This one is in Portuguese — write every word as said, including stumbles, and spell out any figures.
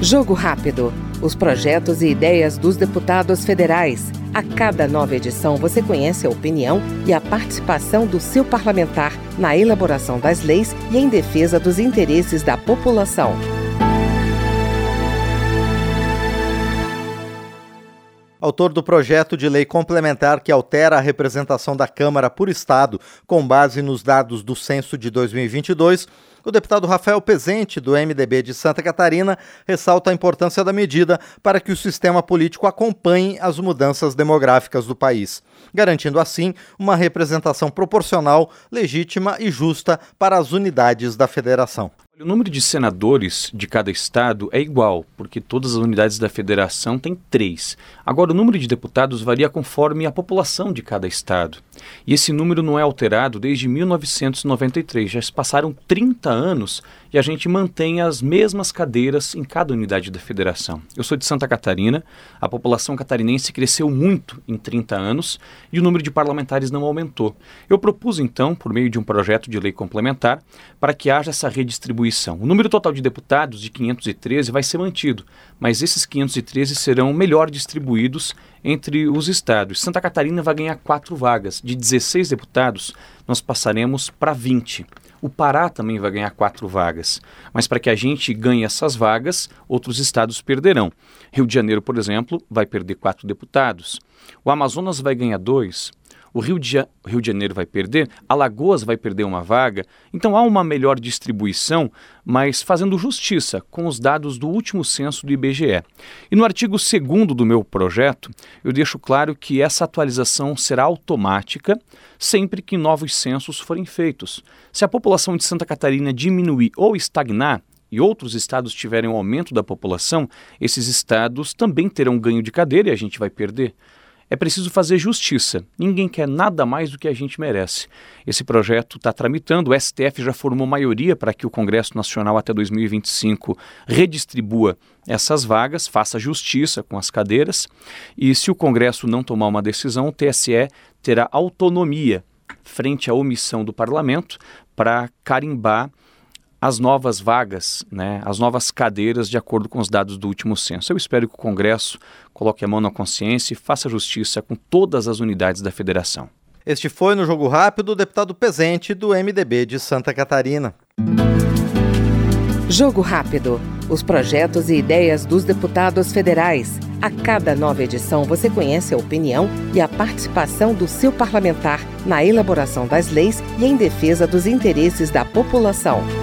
Jogo Rápido. Os projetos e ideias dos deputados federais. A cada nova edição você conhece a opinião e a participação do seu parlamentar na elaboração das leis e em defesa dos interesses da população. Autor do projeto de lei complementar que altera a representação da Câmara por Estado com base nos dados do censo de dois mil e vinte e dois, o deputado Rafael Pezente, do M D B de Santa Catarina, ressalta a importância da medida para que o sistema político acompanhe as mudanças demográficas do país, garantindo assim uma representação proporcional, legítima e justa para as unidades da federação. O número de senadores de cada estado é igual, porque todas as unidades da federação têm três. Agora, o número de deputados varia conforme a população de cada estado. E esse número não é alterado desde mil novecentos e noventa e três. Já se passaram trinta anos e a gente mantém as mesmas cadeiras em cada unidade da federação. Eu sou de Santa Catarina, a população catarinense cresceu muito em trinta anos e o número de parlamentares não aumentou. Eu propus, então, por meio de um projeto de lei complementar, para que haja essa redistribuição. O número total de deputados, de quinhentos e treze, vai ser mantido, mas esses quinhentos e treze serão melhor distribuídos entre os estados. Santa Catarina vai ganhar quatro vagas. De dezesseis deputados, nós passaremos para vinte. O Pará também vai ganhar quatro vagas. Mas para que a gente ganhe essas vagas, outros estados perderão. Rio de Janeiro, por exemplo, vai perder quatro deputados. O Amazonas vai ganhar dois. O Rio de, ja- Rio de Janeiro vai perder, Alagoas vai perder uma vaga. Então há uma melhor distribuição, mas fazendo justiça com os dados do último censo do I B G E. E no artigo segundo do meu projeto, eu deixo claro que essa atualização será automática sempre que novos censos forem feitos. Se a população de Santa Catarina diminuir ou estagnar, e outros estados tiverem um aumento da população, esses estados também terão ganho de cadeira e a gente vai perder. É preciso fazer justiça. Ninguém quer nada mais do que a gente merece. Esse projeto está tramitando, o S T F já formou maioria para que o Congresso Nacional até dois mil e vinte e cinco redistribua essas vagas, faça justiça com as cadeiras. E se o Congresso não tomar uma decisão, o T S E terá autonomia frente à omissão do Parlamento para carimbar as novas vagas, né, as novas cadeiras de acordo com os dados do último censo. Eu espero que o Congresso coloque a mão na consciência e faça justiça com todas as unidades da federação. Este foi no Jogo Rápido o deputado Pezente, do M D B de Santa Catarina. Jogo Rápido. Os projetos e ideias dos deputados federais. A cada nova edição você conhece a opinião e a participação do seu parlamentar na elaboração das leis e em defesa dos interesses da população.